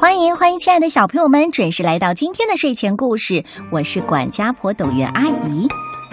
欢迎，亲爱的小朋友们，准时来到今天的睡前故事。我是管家婆董媛阿姨。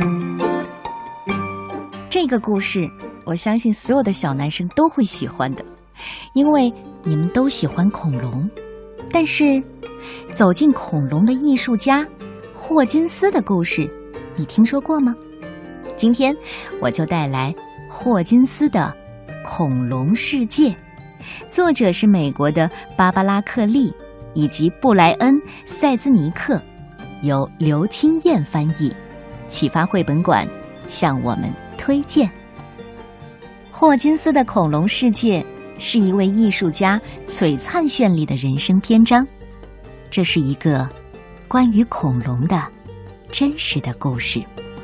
这个故事，我相信所有的小男生都会喜欢的，因为你们都喜欢恐龙。但是，走进恐龙的艺术家霍金斯的故事，你听说过吗？今天我就带来霍金斯的《恐龙世界》。作者是美国的芭芭拉·克利以及布莱恩·塞兹尼克，由刘清燕翻译，启发绘本馆向我们推荐。霍金斯的《恐龙世界》是一位艺术家璀璨绚丽的人生篇章，这是一个关于恐龙的真实的故事。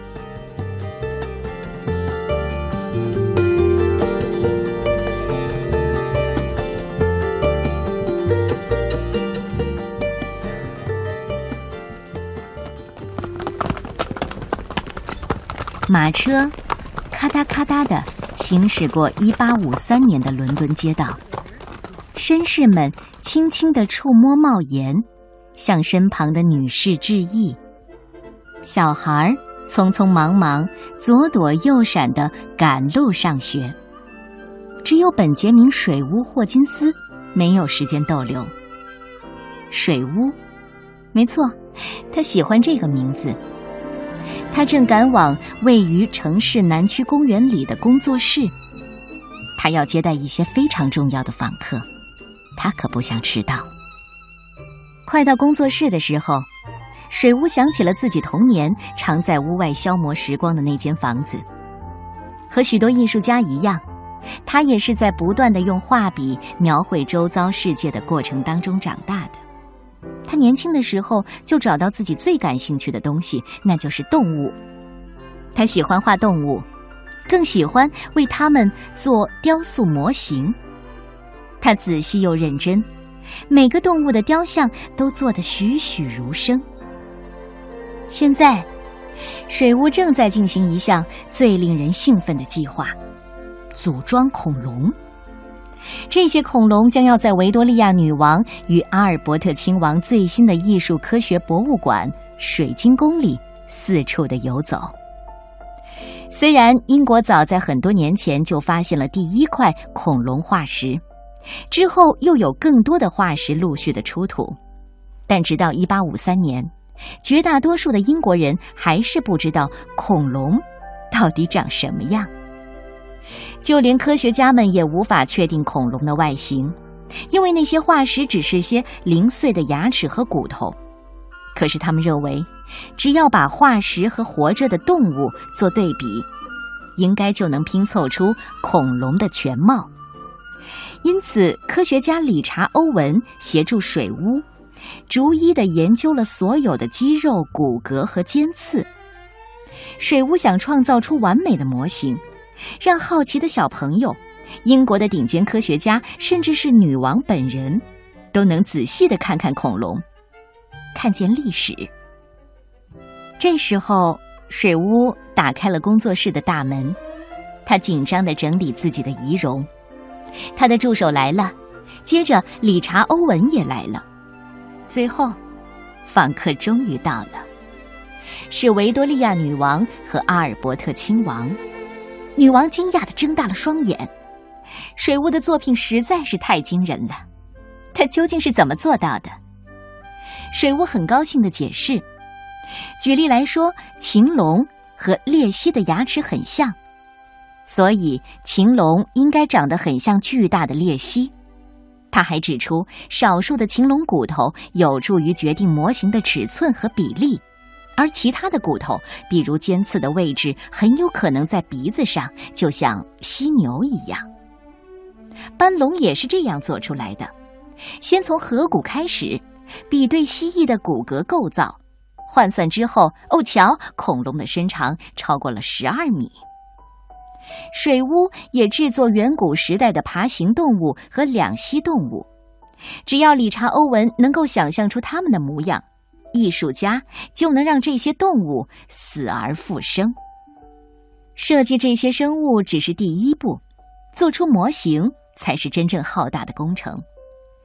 马车咔嗒咔嗒地行驶过1853年的伦敦街道，绅士们轻轻地触摸帽檐，向身旁的女士致意。小孩匆匆忙忙左躲右闪地赶路上学，只有本杰明·水屋霍金斯没有时间逗留。水屋，没错，他喜欢这个名字。他正赶往位于城市南区公园里的工作室，他要接待一些非常重要的访客，他可不想迟到。快到工作室的时候，水屋想起了自己童年常在屋外消磨时光的那间房子。和许多艺术家一样，他也是在不断地用画笔描绘周遭世界的过程当中长大的。他年轻的时候就找到自己最感兴趣的东西，那就是动物。他喜欢画动物，更喜欢为它们做雕塑模型。他仔细又认真，每个动物的雕像都做得栩栩如生。现在，水屋正在进行一项最令人兴奋的计划——组装恐龙。这些恐龙将要在维多利亚女王与阿尔伯特亲王最新的艺术科学博物馆水晶宫里四处的游走。虽然英国早在很多年前就发现了第一块恐龙化石，之后又有更多的化石陆续的出土，但直到1853年，绝大多数的英国人还是不知道恐龙到底长什么样。就连科学家们也无法确定恐龙的外形，因为那些化石只是些零碎的牙齿和骨头。可是他们认为，只要把化石和活着的动物做对比，应该就能拼凑出恐龙的全貌。因此，科学家理查·欧文协助水屋，逐一地研究了所有的肌肉、骨骼和尖刺。水屋想创造出完美的模型，让好奇的小朋友、英国的顶尖科学家，甚至是女王本人，都能仔细地看看恐龙，看见历史。这时候，水屋打开了工作室的大门，他紧张地整理自己的仪容。他的助手来了，接着理查·欧文也来了，最后，访客终于到了，是维多利亚女王和阿尔伯特亲王。女王惊讶地睁大了双眼，水屋的作品实在是太惊人了，他究竟是怎么做到的？水屋很高兴地解释，举例来说，禽龙和鬣蜥的牙齿很像，所以禽龙应该长得很像巨大的鬣蜥。他还指出，少数的禽龙骨头有助于决定模型的尺寸和比例，而其他的骨头，比如尖刺的位置，很有可能在鼻子上，就像犀牛一样。斑龙也是这样做出来的，先从颌骨开始，比对蜥蜴的骨骼构造，换算之后，瞧，恐龙的身长超过了12米。水屋也制作远古时代的爬行动物和两栖动物，只要理查·欧文能够想象出它们的模样，艺术家就能让这些动物死而复生。设计这些生物只是第一步，做出模型才是真正浩大的工程。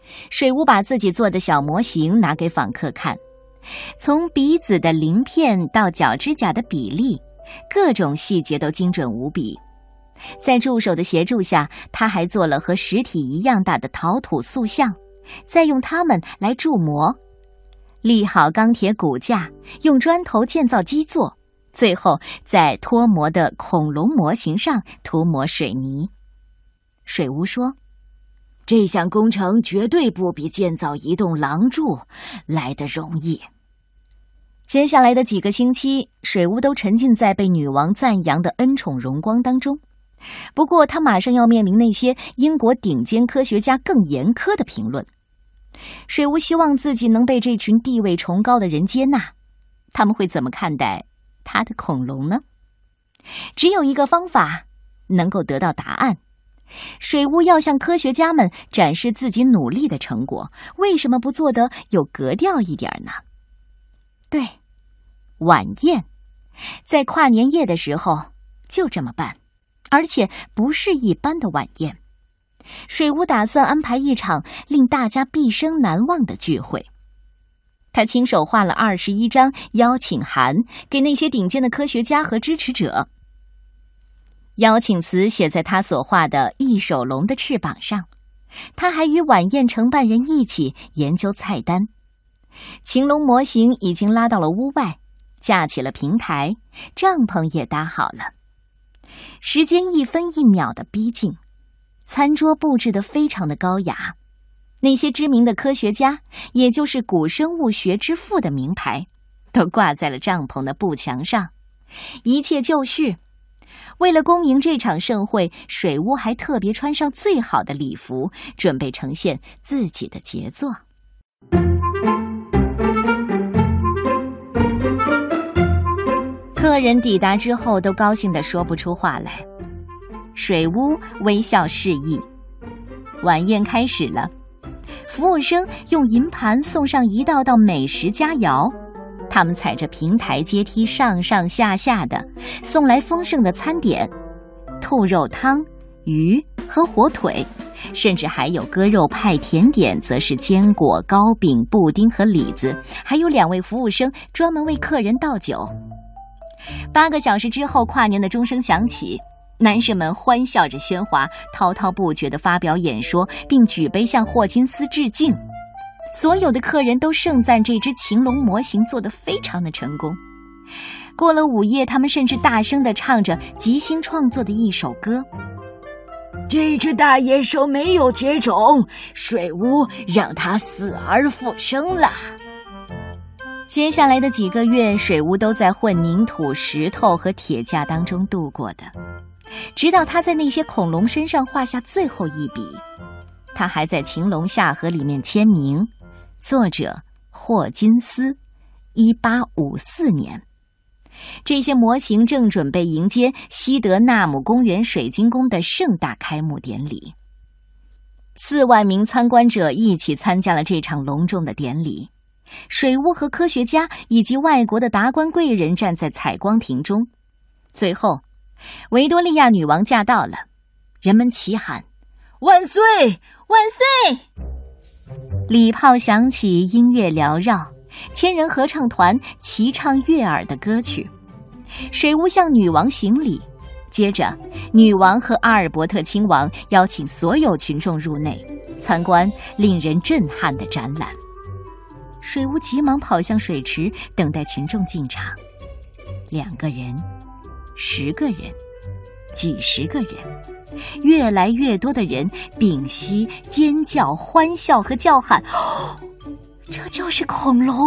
水屋把自己做的小模型拿给访客看，从鼻子的鳞片到脚指甲的比例，各种细节都精准无比。在助手的协助下，他还做了和实体一样大的陶土塑像，再用它们来铸模，立好钢铁骨架，用砖头建造基座，最后在脱模的恐龙模型上涂抹水泥。水屋说，这项工程绝对不比建造一栋廊柱来得容易。接下来的几个星期，水屋都沉浸在被女王赞扬的恩宠荣光当中。不过他马上要面临那些英国顶尖科学家更严苛的评论。水屋希望自己能被这群地位崇高的人接纳，他们会怎么看待他的恐龙呢？只有一个方法能够得到答案。水屋要向科学家们展示自己努力的成果，为什么不做得有格调一点呢？对，晚宴，在跨年夜的时候就这么办，而且不是一般的晚宴。水屋打算安排一场令大家毕生难忘的聚会。他亲手画了21张邀请函给那些顶尖的科学家和支持者。邀请词写在他所画的翼手龙的翅膀上。他还与晚宴承办人一起研究菜单。禽龙模型已经拉到了屋外，架起了平台，帐篷也搭好了。时间一分一秒地逼近，餐桌布置得非常的高雅。那些知名的科学家，也就是古生物学之父的名牌，都挂在了帐篷的布墙上。一切就绪。为了恭迎这场盛会，水屋还特别穿上最好的礼服，准备呈现自己的杰作。客人抵达之后都高兴地说不出话来。水屋微笑示意。晚宴开始了，服务生用银盘送上一道道美食佳肴，他们踩着平台阶梯上上下下的送来丰盛的餐点，兔肉汤、鱼和火腿，甚至还有割肉派，甜点则是坚果、糕饼、布丁和李子，还有2位服务生专门为客人倒酒。8个小时之后，跨年的钟声响起，男士们欢笑着喧哗，滔滔不绝地发表演说，并举杯向霍金斯致敬。所有的客人都盛赞这只禽龙模型做得非常的成功。过了午夜，他们甚至大声地唱着即兴创作的一首歌。这只大野兽没有绝种，水屋让它死而复生了。接下来的几个月，水屋都在混凝土、石头和铁架当中度过的，直到他在那些恐龙身上画下最后一笔。他还在禽龙下河里面签名，作者霍金斯，1854年。这些模型正准备迎接西德纳姆公园水晶宫的盛大开幕典礼。4万名参观者一起参加了这场隆重的典礼。水屋和科学家以及外国的达官贵人站在采光亭中。最后，维多利亚女王驾到了，人们齐喊万岁万岁！礼炮响起，音乐缭绕，千人合唱团齐唱悦耳的歌曲。水屋向女王行礼，接着女王和阿尔伯特亲王邀请所有群众入内参观令人震撼的展览。水屋急忙跑向水池，等待群众进场。2个人、10个人、几十个人，越来越多的人屏息、尖叫、欢笑和叫喊。哦，这就是恐龙！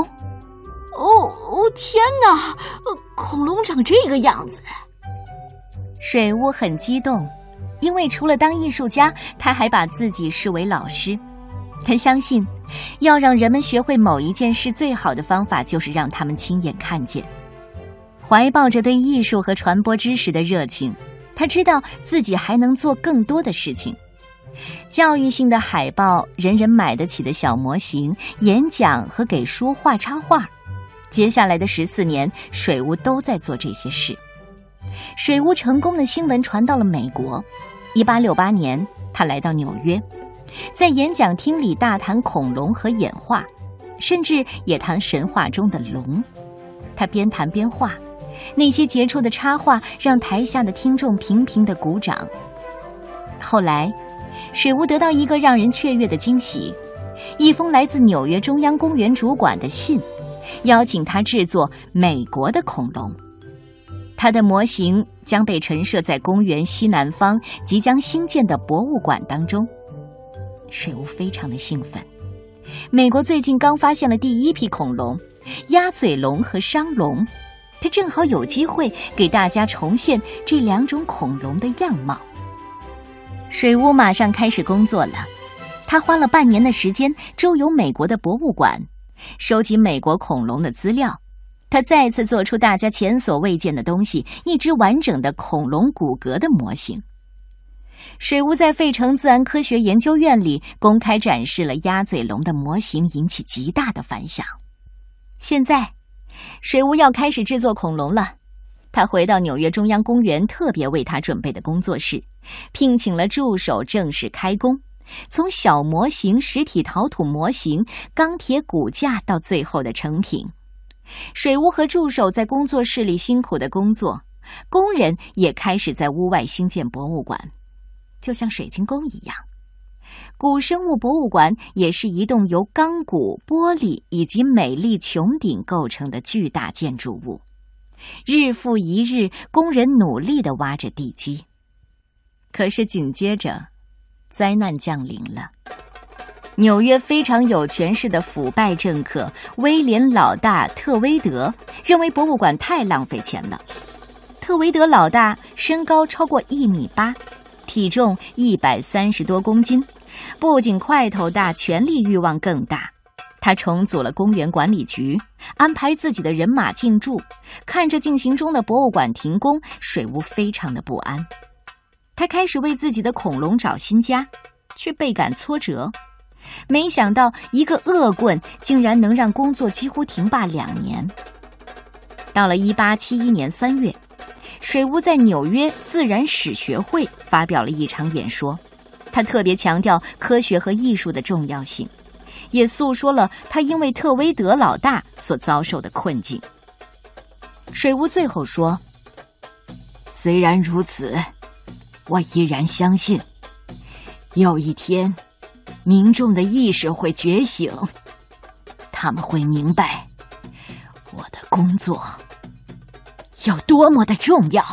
天哪！恐龙长这个样子！水屋很激动，因为除了当艺术家，他还把自己视为老师。他相信，要让人们学会某一件事，最好的方法就是让他们亲眼看见。怀抱着对艺术和传播知识的热情，他知道自己还能做更多的事情。教育性的海报、人人买得起的小模型、演讲和给书画插画。接下来的14年，水屋都在做这些事。水屋成功的新闻传到了美国。1868年，他来到纽约。 在演讲厅里大谈恐龙和演化，甚至也谈神话中的龙。他边谈边画，那些杰出的插画让台下的听众频频地鼓掌。后来，水屋得到一个让人雀跃的惊喜，一封来自纽约中央公园主管的信，邀请他制作美国的恐龙。他的模型将被陈设在公园西南方即将兴建的博物馆当中。水屋非常的兴奋，美国最近刚发现了第一批恐龙，鸭嘴龙和商龙，他正好有机会给大家重现这两种恐龙的样貌。水屋马上开始工作了，他花了半年的时间周游美国的博物馆，收集美国恐龙的资料。他再次做出大家前所未见的东西，一只完整的恐龙骨骼的模型。水屋在费城自然科学研究院里公开展示了鸭嘴龙的模型，引起极大的反响。现在，水屋要开始制作恐龙了。他回到纽约中央公园特别为他准备的工作室，聘请了助手正式开工。从小模型、实体陶土模型、钢铁骨架到最后的成品，水屋和助手在工作室里辛苦的工作，工人也开始在屋外兴建博物馆，就像水晶宫一样。古生物博物馆也是一栋由钢骨、玻璃以及美丽穹顶构成的巨大建筑物。日复一日，工人努力地挖着地基。可是紧接着，灾难降临了。纽约非常有权势的腐败政客威廉老大特威德认为博物馆太浪费钱了。特维德老大身高超过1.8米，体重130多公斤，不仅块头大，权力欲望更大。他重组了公园管理局，安排自己的人马进驻。看着进行中的博物馆停工，水屋非常的不安。他开始为自己的恐龙找新家，却倍感挫折。没想到一个恶棍竟然能让工作几乎停罢2年。到了1871年3月，水屋在纽约自然史学会发表了一场演说，他特别强调科学和艺术的重要性，也诉说了他因为特威德老大所遭受的困境。水屋最后说，虽然如此，我依然相信有一天民众的意识会觉醒，他们会明白我的工作有多么的重要。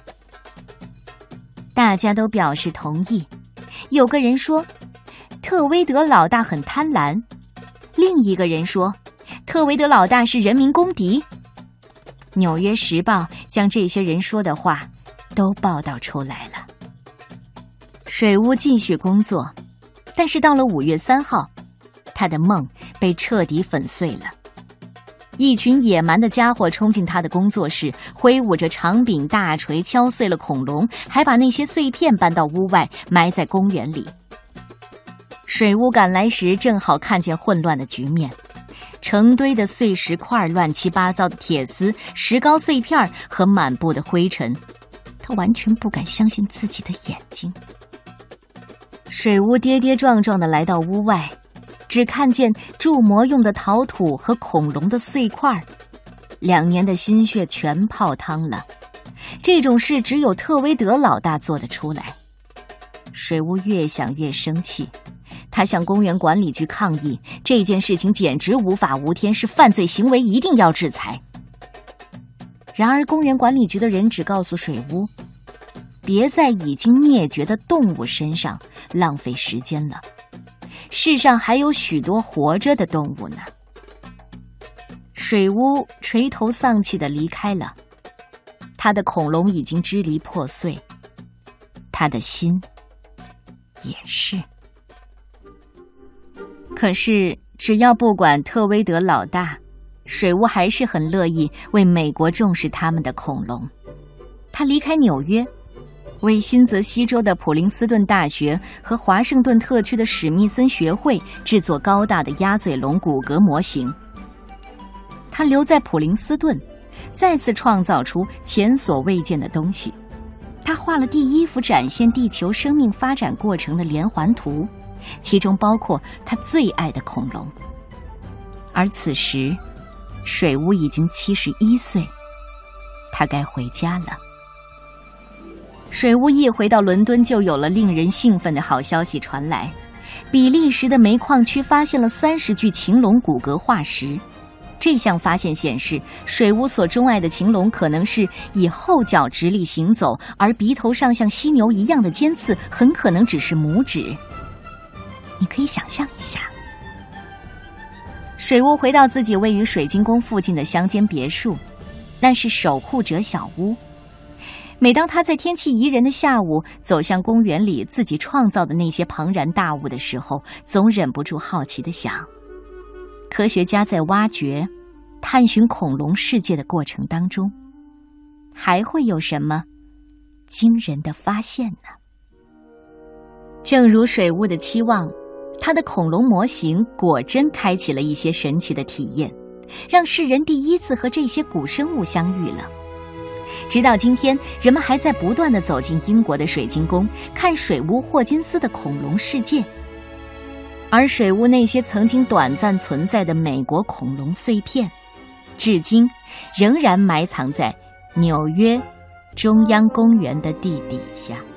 大家都表示同意。有个人说，特维德老大很贪婪；另一个人说，特维德老大是人民公敌。纽约时报将这些人说的话都报道出来了。水屋继续工作，但是到了5月3号，他的梦被彻底粉碎了。一群野蛮的家伙冲进他的工作室，挥舞着长柄大锤敲碎了恐龙，还把那些碎片搬到屋外，埋在公园里。水屋赶来时正好看见混乱的局面，成堆的碎石块、乱七八糟的铁丝、石膏碎片和满布的灰尘，他完全不敢相信自己的眼睛。水屋跌跌撞撞地来到屋外，只看见铸模用的陶土和恐龙的碎块，2年的心血全泡汤了。这种事只有特威德老大做得出来。水屋越想越生气，他向公园管理局抗议，这件事情简直无法无天，是犯罪行为，一定要制裁。然而公园管理局的人只告诉水屋，别在已经灭绝的动物身上浪费时间了，世上还有许多活着的动物呢。水屋垂头丧气地离开了，他的恐龙已经支离破碎，他的心也是。可是只要不管特威德老大，水屋还是很乐意为美国重视他们的恐龙。他离开纽约，为新泽西州的普林斯顿大学和华盛顿特区的史密森学会制作高大的鸭嘴龙骨骼模型。他留在普林斯顿，再次创造出前所未见的东西。他画了第一幅展现地球生命发展过程的连环图， 其中包括他最爱的恐龙。而此时，水屋已经71岁，他该回家了。水屋一回到伦敦，就有了令人兴奋的好消息传来：比利时的煤矿区发现了30具禽龙骨骼化石。这项发现显示，水屋所钟爱的禽龙可能是以后脚直立行走，而鼻头上像犀牛一样的尖刺很可能只是拇指。你可以想象一下，水屋回到自己位于水晶宫附近的乡间别墅，那是守护者小屋。每当他在天气宜人的下午走向公园里自己创造的那些庞然大物的时候，总忍不住好奇地想，科学家在挖掘、探寻恐龙世界的过程当中，还会有什么惊人的发现呢？正如水屋的期望，他的恐龙模型果真开启了一些神奇的体验，让世人第一次和这些古生物相遇了。直到今天，人们还在不断地走进英国的水晶宫，看水屋霍金斯的恐龙世界。而水屋那些曾经短暂存在的美国恐龙碎片，至今仍然埋藏在纽约中央公园的地底下。